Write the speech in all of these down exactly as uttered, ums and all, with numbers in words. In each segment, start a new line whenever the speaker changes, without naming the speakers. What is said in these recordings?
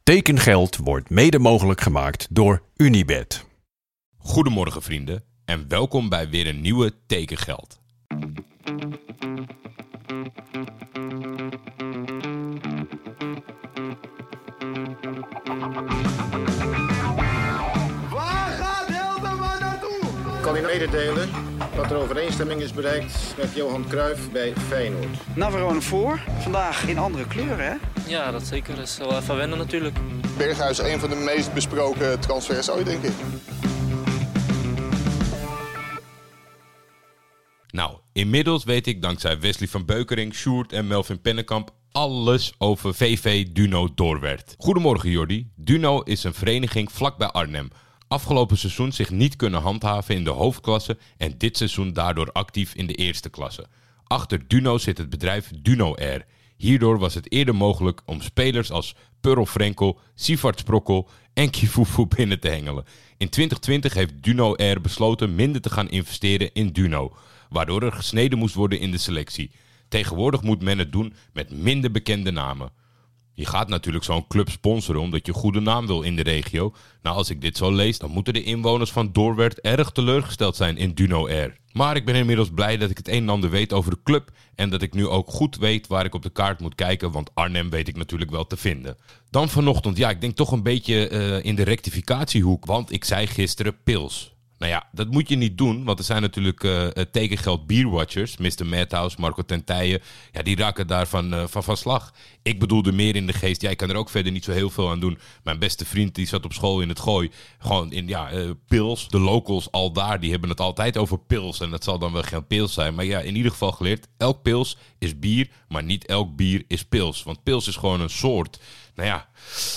Tekengeld wordt mede mogelijk gemaakt door Unibet.
Goedemorgen vrienden en welkom bij weer een nieuwe Tekengeld.
Waar gaat Hilterman naartoe?
Ik kan u mededelen dat er overeenstemming is bereikt met Johan Cruijff bij Feyenoord.
Navarone voor, vandaag in andere kleuren, hè?
Ja, dat zeker. Dat is wel even wennen natuurlijk.
Berghuis, een van de meest besproken transfers ooit, denk ik.
Nou, inmiddels weet ik dankzij Wesley van Beukering, Sjoerd en Melvin Pennekamp alles over V V Duno Doorwerth. Goedemorgen Jordi. Duno is een vereniging vlakbij Arnhem. Afgelopen seizoen zich niet kunnen handhaven in de hoofdklasse en dit seizoen daardoor actief in de eerste klasse. Achter Duno zit het bedrijf Duno Air. Hierdoor was het eerder mogelijk om spelers als Pearl Frenkel, Sivart Sprokkel en Kifufu binnen te hengelen. In twintig twintig heeft Duno Air besloten minder te gaan investeren in Duno, waardoor er gesneden moest worden in de selectie. Tegenwoordig moet men het doen met minder bekende namen. Je gaat natuurlijk zo'n club sponsoren omdat je een goede naam wil in de regio. Nou, als ik dit zo lees, dan moeten de inwoners van Doorwerth erg teleurgesteld zijn in Duno Air. Maar ik ben inmiddels blij dat ik het een en ander weet over de club en dat ik nu ook goed weet waar ik op de kaart moet kijken, want Arnhem weet ik natuurlijk wel te vinden. Dan vanochtend, ja, ik denk toch een beetje uh, in de rectificatiehoek, want ik zei gisteren pils. Nou ja, dat moet je niet doen, want er zijn natuurlijk uh, tekengeld bierwatchers, mister Madhouse, Marco Tentijen, ja, die raken daarvan uh, van, van slag. Ik bedoelde meer in de geest, jij kan er ook verder niet zo heel veel aan doen. Mijn beste vriend die zat op school in het Gooi, gewoon in, ja, uh, pils. De locals al daar, die hebben het altijd over pils en dat zal dan wel geen pils zijn. Maar ja, in ieder geval geleerd, elk pils is bier, maar niet elk bier is pils. Want pils is gewoon een soort. Nou ja,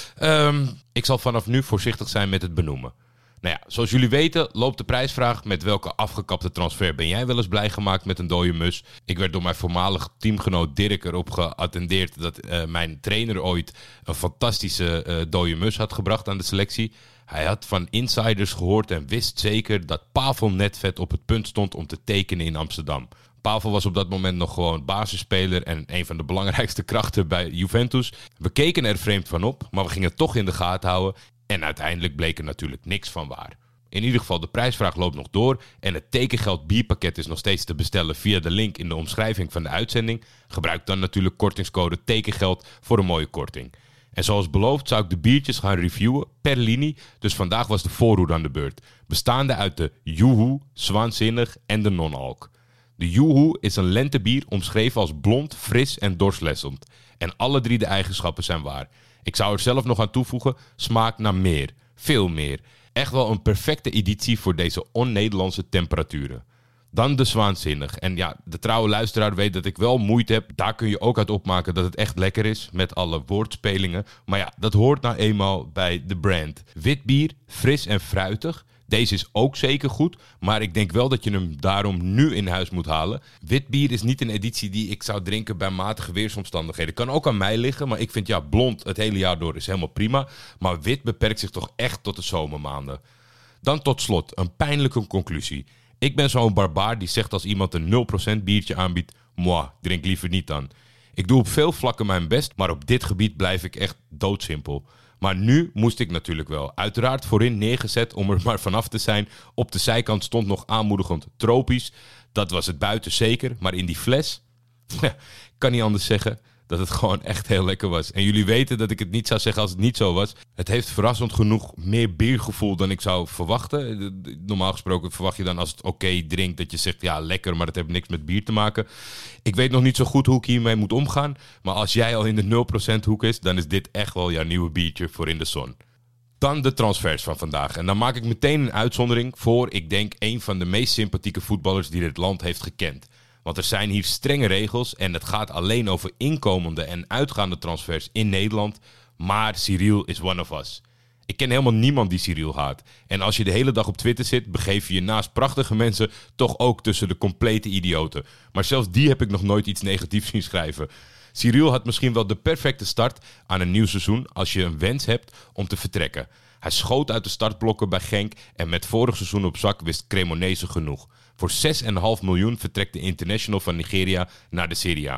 um, ik zal vanaf nu voorzichtig zijn met het benoemen. Nou ja, zoals jullie weten loopt de prijsvraag met welke afgekapte transfer ben jij wel eens blij gemaakt met een dode mus. Ik werd door mijn voormalig teamgenoot Dirk erop geattendeerd dat uh, mijn trainer ooit een fantastische uh, dode mus had gebracht aan de selectie. Hij had van insiders gehoord en wist zeker dat Pavel Nedved op het punt stond om te tekenen in Amsterdam. Pavel was op dat moment nog gewoon basisspeler en een van de belangrijkste krachten bij Juventus. We keken er vreemd van op, maar we gingen het toch in de gaten houden. En uiteindelijk bleek er natuurlijk niks van waar. In ieder geval, de prijsvraag loopt nog door en het tekengeld bierpakket is nog steeds te bestellen via de link in de omschrijving van de uitzending. Gebruik dan natuurlijk kortingscode tekengeld voor een mooie korting. En zoals beloofd zou ik de biertjes gaan reviewen per linie, dus vandaag was de voorhoede aan de beurt. Bestaande uit de Juhu, Zwaanzinnig en de Non-Alk. De Juhu is een lentebier omschreven als blond, fris en dorslessend. En alle drie de eigenschappen zijn waar. Ik zou er zelf nog aan toevoegen, smaakt naar meer. Veel meer. Echt wel een perfecte editie voor deze on-Nederlandse temperaturen. Dan de Zwaanzinnig. En ja, de trouwe luisteraar weet dat ik wel moeite heb. Daar kun je ook uit opmaken dat het echt lekker is, met alle woordspelingen. Maar ja, dat hoort nou eenmaal bij de brand. Wit bier, fris en fruitig. Deze is ook zeker goed, maar ik denk wel dat je hem daarom nu in huis moet halen. Wit bier is niet een editie die ik zou drinken bij matige weersomstandigheden. Kan ook aan mij liggen, maar ik vind ja, blond het hele jaar door is helemaal prima. Maar wit beperkt zich toch echt tot de zomermaanden. Dan tot slot, een pijnlijke conclusie. Ik ben zo'n barbaar die zegt als iemand een nul procent biertje aanbiedt, moi, drink liever niet dan. Ik doe op veel vlakken mijn best, maar op dit gebied blijf ik echt doodsimpel. Maar nu moest ik natuurlijk wel. Uiteraard voorin neergezet om er maar vanaf te zijn. Op de zijkant stond nog aanmoedigend tropisch. Dat was het buiten zeker. Maar in die fles, ik kan niet anders zeggen dat het gewoon echt heel lekker was. En jullie weten dat ik het niet zou zeggen als het niet zo was. Het heeft verrassend genoeg meer biergevoel dan ik zou verwachten. Normaal gesproken verwacht je dan als het oké okay drinkt dat je zegt ja lekker, maar het heeft niks met bier te maken. Ik weet nog niet zo goed hoe ik hiermee moet omgaan. Maar als jij al in de nul procent hoek is, dan is dit echt wel jouw nieuwe biertje voor in de zon. Dan de transfers van vandaag. En dan maak ik meteen een uitzondering voor, ik denk, een van de meest sympathieke voetballers die dit land heeft gekend. Want er zijn hier strenge regels en het gaat alleen over inkomende en uitgaande transfers in Nederland. Maar Cyril is one of us. Ik ken helemaal niemand die Cyril haat. En als je de hele dag op Twitter zit, begeef je je naast prachtige mensen toch ook tussen de complete idioten. Maar zelfs die heb ik nog nooit iets negatiefs zien schrijven. Cyril had misschien wel de perfecte start aan een nieuw seizoen als je een wens hebt om te vertrekken. Hij schoot uit de startblokken bij Genk en met vorig seizoen op zak wist Cremonese genoeg. Voor zes komma vijf miljoen vertrekt de international van Nigeria naar de Serie A.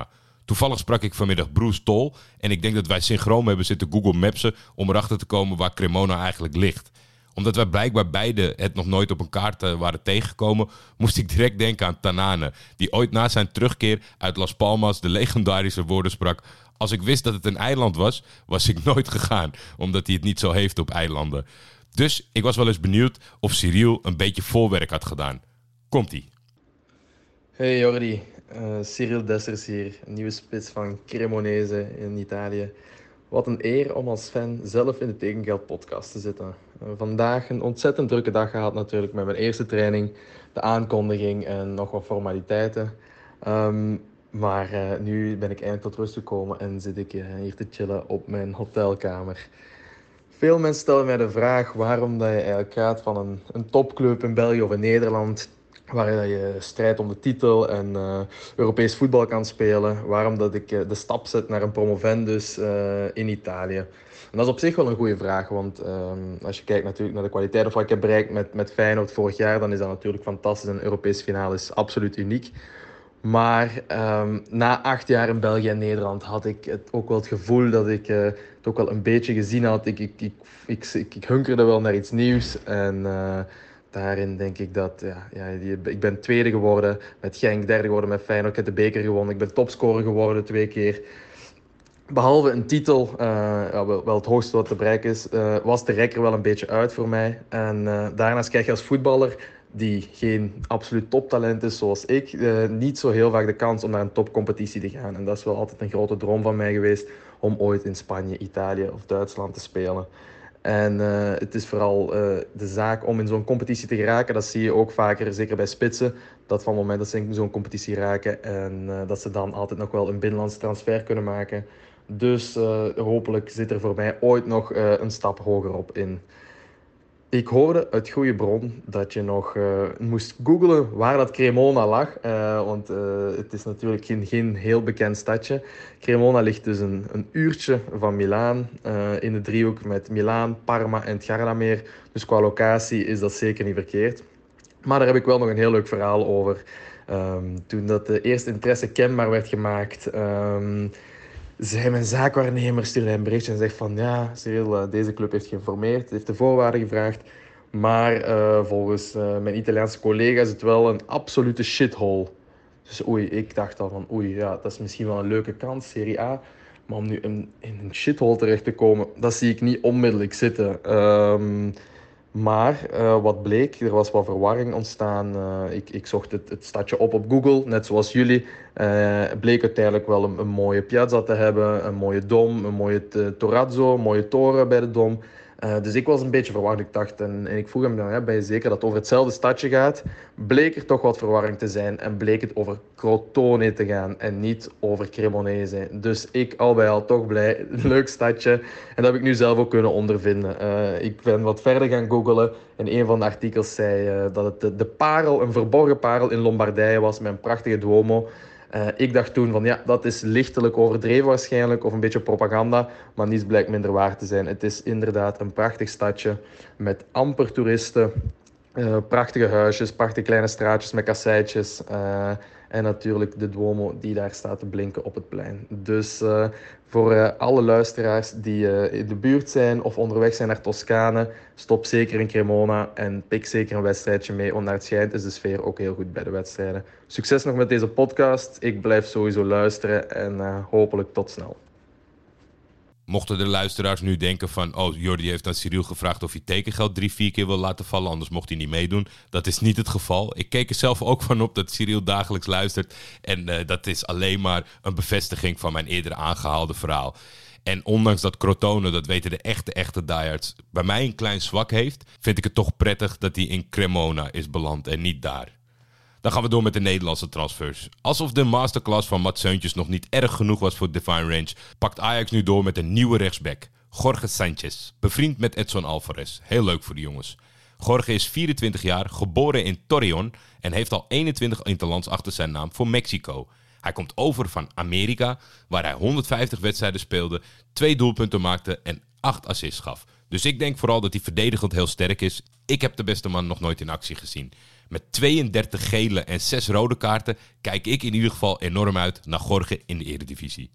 Toevallig sprak ik vanmiddag Bruce Tol en ik denk dat wij synchroon hebben zitten Google Mapsen om erachter te komen waar Cremona eigenlijk ligt. Omdat wij blijkbaar beide het nog nooit op een kaart uh, waren tegengekomen, moest ik direct denken aan Tanane, die ooit na zijn terugkeer uit Las Palmas de legendarische woorden sprak: als ik wist dat het een eiland was, was ik nooit gegaan, omdat hij het niet zo heeft op eilanden. Dus ik was wel eens benieuwd of Cyril een beetje voorwerk had gedaan. Komt-ie.
Hey Jordi, uh, Cyril Dessers hier, nieuwe spits van Cremonese in Italië. Wat een eer om als fan zelf in de Tegengeld podcast te zitten. Uh, vandaag een ontzettend drukke dag gehad natuurlijk met mijn eerste training, de aankondiging en nog wat formaliteiten. Um, maar uh, nu ben ik eindelijk tot rust gekomen en zit ik uh, hier te chillen op mijn hotelkamer. Veel mensen stellen mij de vraag waarom dat je eigenlijk gaat van een, een topclub in België of in Nederland, waar je strijdt om de titel en uh, Europees voetbal kan spelen. Waarom dat ik uh, de stap zet naar een promovendus uh, in Italië. En dat is op zich wel een goede vraag, want um, als je kijkt natuurlijk naar de kwaliteit of wat ik heb bereikt met, met Feyenoord vorig jaar, dan is dat natuurlijk fantastisch. Een Europese finale is absoluut uniek. Maar um, na acht jaar in België en Nederland had ik het ook wel het gevoel dat ik uh, het ook wel een beetje gezien had. Ik, ik, ik, ik, ik, ik hunkerde wel naar iets nieuws en uh, daarin denk ik dat, ja, ja, ik ben tweede geworden met Genk, derde geworden met Feyenoord, ik heb de beker gewonnen, ik ben topscorer geworden twee keer. Behalve een titel, uh, ja, wel, wel het hoogste wat te bereiken is, uh, was de rekker wel een beetje uit voor mij. En uh, daarnaast krijg je als voetballer, die geen absoluut toptalent is zoals ik, uh, niet zo heel vaak de kans om naar een topcompetitie te gaan. En dat is wel altijd een grote droom van mij geweest, om ooit in Spanje, Italië of Duitsland te spelen. En uh, het is vooral uh, de zaak om in zo'n competitie te geraken. Dat zie je ook vaker, zeker bij spitsen, dat van het moment dat ze in zo'n competitie raken en uh, dat ze dan altijd nog wel een binnenlandse transfer kunnen maken. Dus uh, hopelijk zit er voor mij ooit nog uh, een stap hoger op in. Ik hoorde uit goede bron dat je nog uh, moest googlen waar dat Cremona lag. Uh, want uh, het is natuurlijk geen, geen heel bekend stadje. Cremona ligt dus een, een uurtje van Milaan. Uh, in de driehoek met Milaan, Parma en het Gardameer. Dus qua locatie is dat zeker niet verkeerd. Maar daar heb ik wel nog een heel leuk verhaal over. Um, toen dat de eerste interesse kenbaar werd gemaakt, Um, zei mijn zaakwaarnemer, stuurde een berichtje en zegt van ja, Cyril, deze club heeft geïnformeerd, heeft de voorwaarden gevraagd, maar uh, volgens uh, mijn Italiaanse collega is het wel een absolute shithole. Dus oei, ik dacht al van oei, ja, dat is misschien wel een leuke kans, Serie A, maar om nu in, in een shithole terecht te komen, dat zie ik niet onmiddellijk zitten. Um, Maar uh, wat bleek, er was wat verwarring ontstaan. Uh, ik, ik zocht het, het stadje op op Google, net zoals jullie. Uh, bleek uiteindelijk wel een, een mooie piazza te hebben, een mooie dom, een mooie t- terrazzo, een mooie toren bij de dom. Uh, dus ik was een beetje verward. Ik dacht, en, en ik vroeg hem dan, ja, ben je zeker dat het over hetzelfde stadje gaat? Bleek er toch wat verwarring te zijn en bleek het over Crotone te gaan en niet over Cremonese. Dus ik al bij al toch blij, leuk stadje. En dat heb ik nu zelf ook kunnen ondervinden. Uh, ik ben wat verder gaan googlen en een van de artikels zei uh, dat het de, de parel, een verborgen parel in Lombardije was met een prachtige Duomo. Uh, ik dacht toen van ja, dat is lichtelijk overdreven waarschijnlijk of een beetje propaganda, maar niets blijkt minder waar te zijn. Het is inderdaad een prachtig stadje met amper toeristen, uh, prachtige huisjes, prachtige kleine straatjes met kasseitjes uh, en natuurlijk de Duomo die daar staat te blinken op het plein. Dus uh, voor uh, alle luisteraars die uh, in de buurt zijn of onderweg zijn naar Toscane, stop zeker in Cremona en pik zeker een wedstrijdje mee, want naar het schijnt is de sfeer ook heel goed bij de wedstrijden. Succes nog met deze podcast. Ik blijf sowieso luisteren en uh, hopelijk tot snel.
Mochten de luisteraars nu denken van, oh, Jordi heeft aan Cyril gevraagd of hij tekengeld drie, vier keer wil laten vallen, anders mocht hij niet meedoen. Dat is niet het geval. Ik keek er zelf ook van op dat Cyril dagelijks luistert. En uh, dat is alleen maar een bevestiging van mijn eerder aangehaalde verhaal. En ondanks dat Crotone, dat weten de echte, echte diehards, bij mij een klein zwak heeft, vind ik het toch prettig dat hij in Cremona is beland en niet daar. Dan gaan we door met de Nederlandse transfers. Alsof de masterclass van Mats Seuntjes nog niet erg genoeg was voor Divine Range, pakt Ajax nu door met een nieuwe rechtsback. Jorge Sanchez, bevriend met Edson Alvarez. Heel leuk voor de jongens. Jorge is vierentwintig jaar, geboren in Torreón en heeft al eenentwintig interlands achter zijn naam voor Mexico. Hij komt over van Amerika, waar hij honderdvijftig wedstrijden speelde, twee doelpunten maakte en acht assists gaf. Dus ik denk vooral dat hij verdedigend heel sterk is. Ik heb de beste man nog nooit in actie gezien. Met tweeëndertig gele en zes rode kaarten kijk ik in ieder geval enorm uit naar Jorge in de Eredivisie.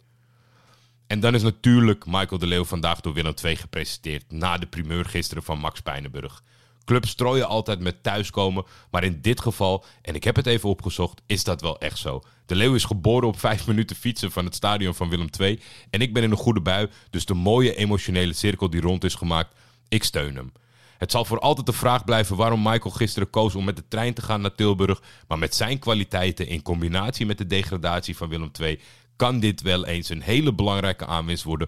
En dan is natuurlijk Michael de Leeuw vandaag door Willem twee gepresenteerd na de primeur gisteren van Max Pijnenburg. Clubs strooien altijd met thuiskomen, maar in dit geval, en ik heb het even opgezocht, is dat wel echt zo. De Leeuw is geboren op vijf minuten fietsen van het stadion van Willem twee en ik ben in een goede bui, dus de mooie emotionele cirkel die rond is gemaakt, ik steun hem. Het zal voor altijd de vraag blijven waarom Michael gisteren koos om met de trein te gaan naar Tilburg, maar met zijn kwaliteiten in combinatie met de degradatie van Willem twee kan dit wel eens een hele belangrijke aanwinst worden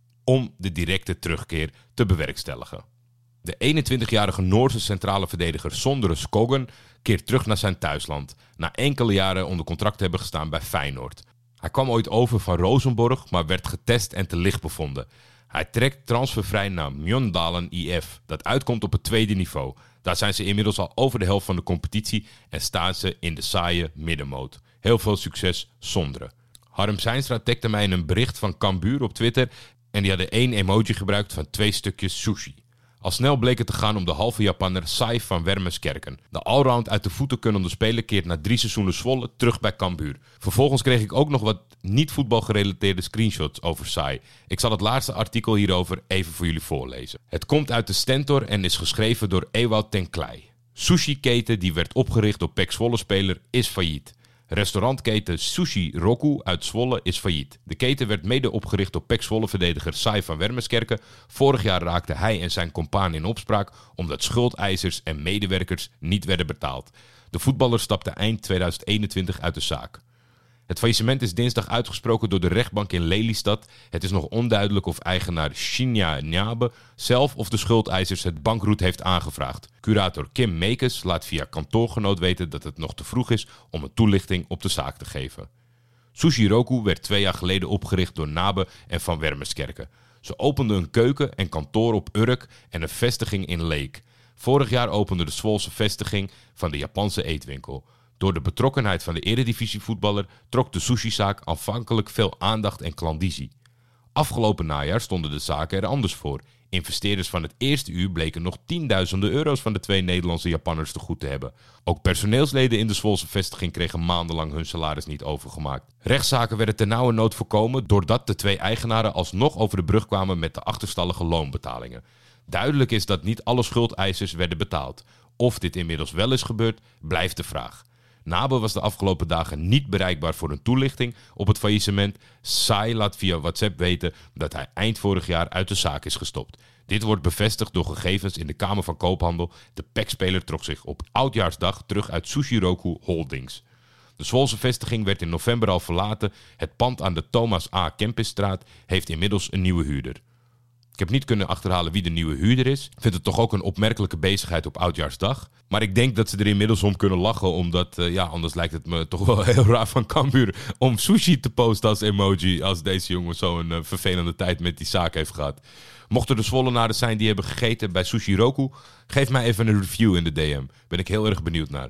om de directe terugkeer te bewerkstelligen. De eenentwintigjarige Noorse centrale verdediger Sondre Skoggen keert terug naar zijn thuisland, na enkele jaren onder contract te hebben gestaan bij Feyenoord. Hij kwam ooit over van Rosenborg, maar werd getest en te licht bevonden. Hij trekt transfervrij naar Mjøndalen I F, dat uitkomt op het tweede niveau. Daar zijn ze inmiddels al over de helft van de competitie en staan ze in de saaie middenmoot. Heel veel succes, Sondre. Harm Zijnstra tekte mij in een bericht van Cambuur op Twitter en die hadden één emoji gebruikt van twee stukjes sushi. Al snel bleek het te gaan om de halve Japanner Sai van Wermerskerken. De allround uit de voeten kunnende speler keert na drie seizoenen Zwolle terug bij Cambuur. Vervolgens kreeg ik ook nog wat niet-voetbal gerelateerde screenshots over Sai. Ik zal het laatste artikel hierover even voor jullie voorlezen. Het komt uit de Stentor en is geschreven door Ewout ten Klei. Sushi-keten die werd opgericht door P E C Zwolle-speler is failliet. Restaurantketen Sushi Roku uit Zwolle is failliet. De keten werd mede opgericht door P E C Zwolle-verdediger Sai van Wermerskerken. Vorig jaar raakte hij en zijn compaan in opspraak omdat schuldeisers en medewerkers niet werden betaald. De voetballer stapte eind tweeduizend eenentwintig uit de zaak. Het faillissement is dinsdag uitgesproken door de rechtbank in Lelystad. Het is nog onduidelijk of eigenaar Shinya Nyabe zelf of de schuldeisers het bankroet heeft aangevraagd. Curator Kim Meekes laat via kantoorgenoot weten dat het nog te vroeg is om een toelichting op de zaak te geven. Sushi Roku werd twee jaar geleden opgericht door Nabe en Van Wermerskerken. Ze openden een keuken en kantoor op Urk en een vestiging in Leek. Vorig jaar opende de Zwolse vestiging van de Japanse eetwinkel. Door de betrokkenheid van de eredivisievoetballer trok de sushizaak aanvankelijk veel aandacht en klandizie. Afgelopen najaar stonden de zaken er anders voor. Investeerders van het eerste uur bleken nog tienduizenden euro's van de twee Nederlandse Japanners te goed te hebben. Ook personeelsleden in de Zwolse vestiging kregen maandenlang hun salaris niet overgemaakt. Rechtszaken werden ternauwernood voorkomen doordat de twee eigenaren alsnog over de brug kwamen met de achterstallige loonbetalingen. Duidelijk is dat niet alle schuldeisers werden betaald. Of dit inmiddels wel is gebeurd, blijft de vraag. Nabe was de afgelopen dagen niet bereikbaar voor een toelichting op het faillissement. Sai laat via WhatsApp weten dat hij eind vorig jaar uit de zaak is gestopt. Dit wordt bevestigd door gegevens in de Kamer van Koophandel. De P E C-speler trok zich op Oudjaarsdag terug uit Sushi Roku Holdings. De Zwolse vestiging werd in november al verlaten. Het pand aan de Thomas A. Kempisstraat heeft inmiddels een nieuwe huurder. Ik heb niet kunnen achterhalen wie de nieuwe huurder is. Ik vind het toch ook een opmerkelijke bezigheid op Oudjaarsdag. Maar ik denk dat ze er inmiddels om kunnen lachen. Omdat, uh, ja, anders lijkt het me toch wel heel raar van Cambuur om sushi te posten als emoji. Als deze jongen zo'n uh, vervelende tijd met die zaak heeft gehad. Mochten er Zwollenaren zijn die hebben gegeten bij Sushi Roku, geef mij even een review in de D M. Ben ik heel erg benieuwd naar.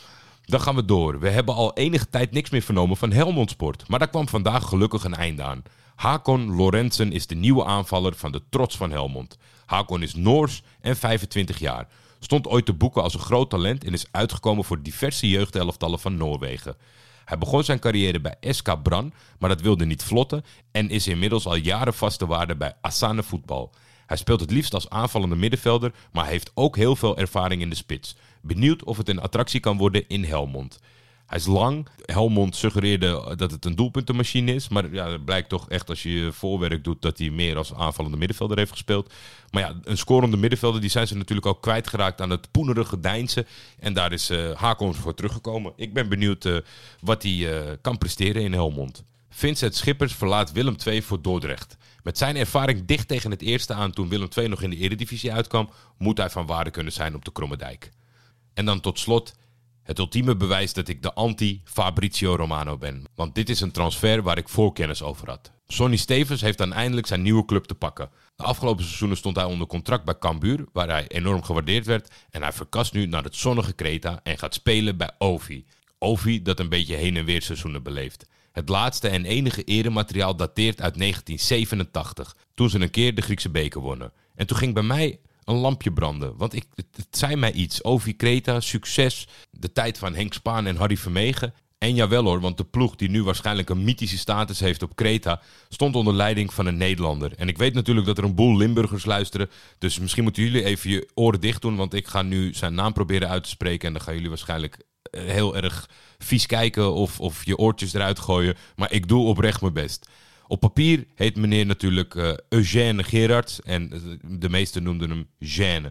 Dan gaan we door. We hebben al enige tijd niks meer vernomen van Helmond Sport. Maar daar kwam vandaag gelukkig een einde aan. Hakon Lorentzen is de nieuwe aanvaller van de trots van Helmond. Hakon is Noors en vijfentwintig jaar. Stond ooit te boeken als een groot talent en is uitgekomen voor diverse jeugdelftallen van Noorwegen. Hij begon zijn carrière bij S K Brann, maar dat wilde niet vlotten en is inmiddels al jaren vaste waarde bij Asane Voetbal. Hij speelt het liefst als aanvallende middenvelder, maar heeft ook heel veel ervaring in de spits. Benieuwd of het een attractie kan worden in Helmond. Hij is lang. Helmond suggereerde dat het een doelpuntenmachine is. Maar ja, het blijkt toch echt als je voorwerk doet dat hij meer als aanvallende middenvelder heeft gespeeld. Maar ja, een scorende middenvelder die zijn ze natuurlijk ook kwijtgeraakt aan het poenerige Deinse. En daar is uh, Hakon voor teruggekomen. Ik ben benieuwd uh, wat hij uh, kan presteren in Helmond. Vincent Schippers verlaat Willem twee voor Dordrecht. Met zijn ervaring dicht tegen het eerste aan toen Willem twee nog in de Eredivisie uitkwam, moet hij van waarde kunnen zijn op de Kromme Dijk. En dan tot slot het ultieme bewijs dat ik de anti-Fabrizio Romano ben. Want dit is een transfer waar ik voorkennis over had. Sonny Stevens heeft dan eindelijk zijn nieuwe club te pakken. De afgelopen seizoenen stond hij onder contract bij Cambuur, waar hij enorm gewaardeerd werd. En hij verkast nu naar het zonnige Kreta en gaat spelen bij Ovi. Ovi dat een beetje heen en weer seizoenen beleeft. Het laatste en enige eremateriaal dateert uit negentien zevenentachtig, toen ze een keer de Griekse beker wonnen. En toen ging bij mij een lampje branden. Want ik, het, het zei mij iets. Ovi Kreta, succes, de tijd van Henk Spaan en Harry Vermegen. En jawel hoor, want de ploeg die nu waarschijnlijk een mythische status heeft op Kreta, stond onder leiding van een Nederlander. En ik weet natuurlijk dat er een boel Limburgers luisteren, dus misschien moeten jullie even je oren dicht doen, want ik ga nu zijn naam proberen uit te spreken en dan gaan jullie waarschijnlijk heel erg vies kijken of, of je oortjes eruit gooien. Maar ik doe oprecht mijn best. Op papier heet meneer natuurlijk uh, Eugène Gerards en de meesten noemden hem Gêne.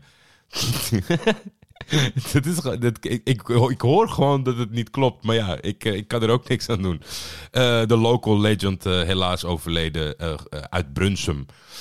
dat is, dat, ik, ik, ik hoor gewoon dat het niet klopt, maar ja, ik, ik kan er ook niks aan doen. Uh, de local legend uh, helaas overleden uh, uh, uit Brunsum.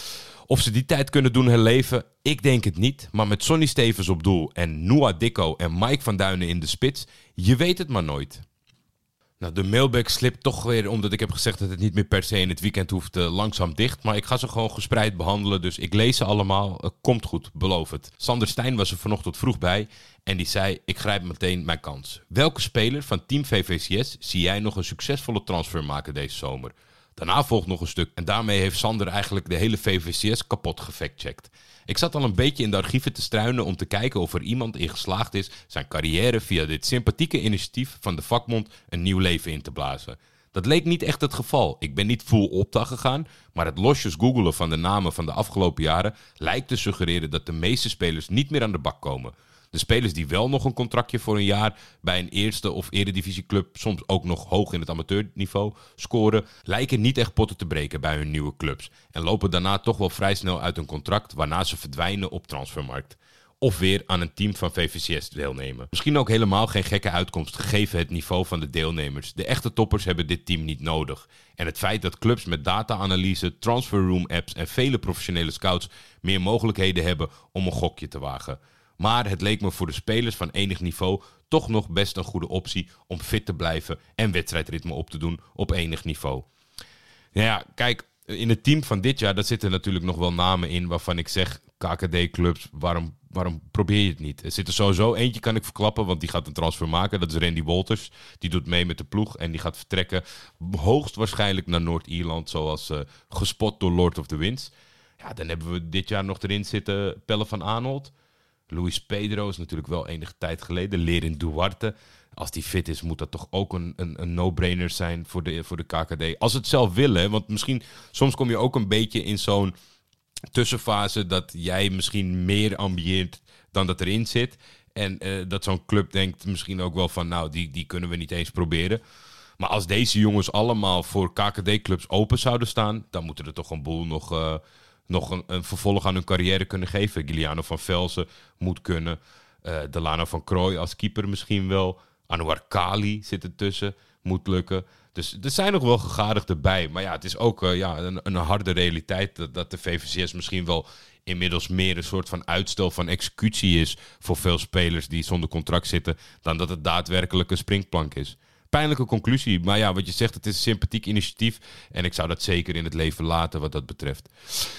Of ze die tijd kunnen doen herleven, ik denk het niet. Maar met Sonny Stevens op doel en Noah Dikko en Mike van Duinen in de spits, je weet het maar nooit. Nou, de mailbag slipt toch weer, omdat ik heb gezegd dat het niet meer per se in het weekend hoeft, uh, langzaam dicht. Maar ik ga ze gewoon gespreid behandelen, dus ik lees ze allemaal. Uh, komt goed, beloof het. Sander Stijn was er vanochtend vroeg bij en die zei, ik grijp meteen mijn kans. Welke speler van Team V V C S zie jij nog een succesvolle transfer maken deze zomer? Daarna volgt nog een stuk en daarmee heeft Sander eigenlijk de hele V V C S kapot gefactcheckt. Ik zat al een beetje in de archieven te struinen om te kijken of er iemand in geslaagd is zijn carrière via dit sympathieke initiatief van de vakbond een nieuw leven in te blazen. Dat leek niet echt het geval. Ik ben niet full opdag gegaan, maar het losjes googelen van de namen van de afgelopen jaren lijkt te suggereren dat de meeste spelers niet meer aan de bak komen. De spelers die wel nog een contractje voor een jaar bij een eerste of eredivisieclub, soms ook nog hoog in het amateurniveau, scoren, lijken niet echt potten te breken bij hun nieuwe clubs. En lopen daarna toch wel vrij snel uit hun contract, waarna ze verdwijnen op transfermarkt. Of weer aan een team van V V C S deelnemen. Misschien ook helemaal geen gekke uitkomst, gegeven het niveau van de deelnemers. De echte toppers hebben dit team niet nodig. En het feit dat clubs met data-analyse, transferroom apps en vele professionele scouts meer mogelijkheden hebben om een gokje te wagen. Maar het leek me voor de spelers van enig niveau toch nog best een goede optie om fit te blijven en wedstrijdritme op te doen op enig niveau. Nou ja, kijk, in het team van dit jaar, daar zitten natuurlijk nog wel namen in waarvan ik zeg, K K D-clubs, waarom, waarom probeer je het niet? Er zit er sowieso eentje, kan ik verklappen, want die gaat een transfer maken. Dat is Randy Walters. Die doet mee met de ploeg en die gaat vertrekken hoogstwaarschijnlijk naar Noord-Ierland, zoals uh, gespot door Lord of the Winds. Ja, dan hebben we dit jaar nog erin zitten Pelle van Aanholt. Luis Pedro is natuurlijk wel enige tijd geleden. Lerin Duarte. Als die fit is, moet dat toch ook een, een, een no-brainer zijn voor de, voor de K K D. Als het zelf willen, want misschien soms kom je ook een beetje in zo'n tussenfase dat jij misschien meer ambieert dan dat erin zit. En uh, dat zo'n club denkt misschien ook wel van, nou, die, die kunnen we niet eens proberen. Maar als deze jongens allemaal voor K K D-clubs open zouden staan, dan moeten er toch een boel nog... Uh, nog een, een vervolg aan hun carrière kunnen geven. Giuliano van Velzen moet kunnen. Uh, Delano van Krooi als keeper misschien wel. Anouar Kali zit ertussen. Moet lukken. Dus er zijn nog wel gegadigden bij. Maar ja, het is ook uh, ja, een, een harde realiteit dat, dat de V V C S misschien wel inmiddels meer een soort van uitstel van executie is voor veel spelers die zonder contract zitten, dan dat het daadwerkelijk een springplank is. Pijnlijke conclusie, maar ja, wat je zegt, het is een sympathiek initiatief en ik zou dat zeker in het leven laten wat dat betreft.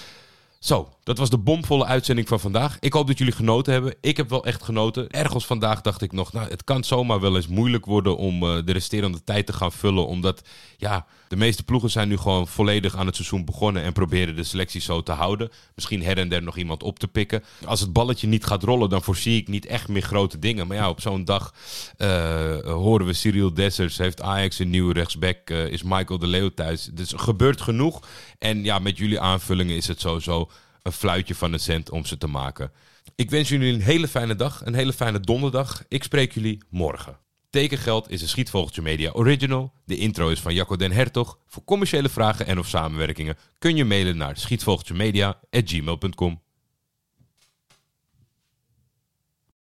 Zo, dat was de bomvolle uitzending van vandaag. Ik hoop dat jullie genoten hebben. Ik heb wel echt genoten. Ergens vandaag dacht ik nog, nou, het kan zomaar wel eens moeilijk worden om uh, de resterende tijd te gaan vullen. Omdat, ja, de meeste ploegen zijn nu gewoon volledig aan het seizoen begonnen en proberen de selectie zo te houden. Misschien her en der nog iemand op te pikken. Als het balletje niet gaat rollen, dan voorzie ik niet echt meer grote dingen. Maar ja, op zo'n dag uh, horen we Cyril Dessers, heeft Ajax een nieuwe rechtsback, uh, is Michael de Leeuw thuis. Dus er gebeurt genoeg. En ja, met jullie aanvullingen is het sowieso een fluitje van een cent om ze te maken. Ik wens jullie een hele fijne dag, een hele fijne donderdag. Ik spreek jullie morgen. Tekengeld is een Schietvogeltje Media original. De intro is van Jacco den Hertog. Voor commerciële vragen en of samenwerkingen kun je mailen naar schietvogeltjemedia at gmail dot com.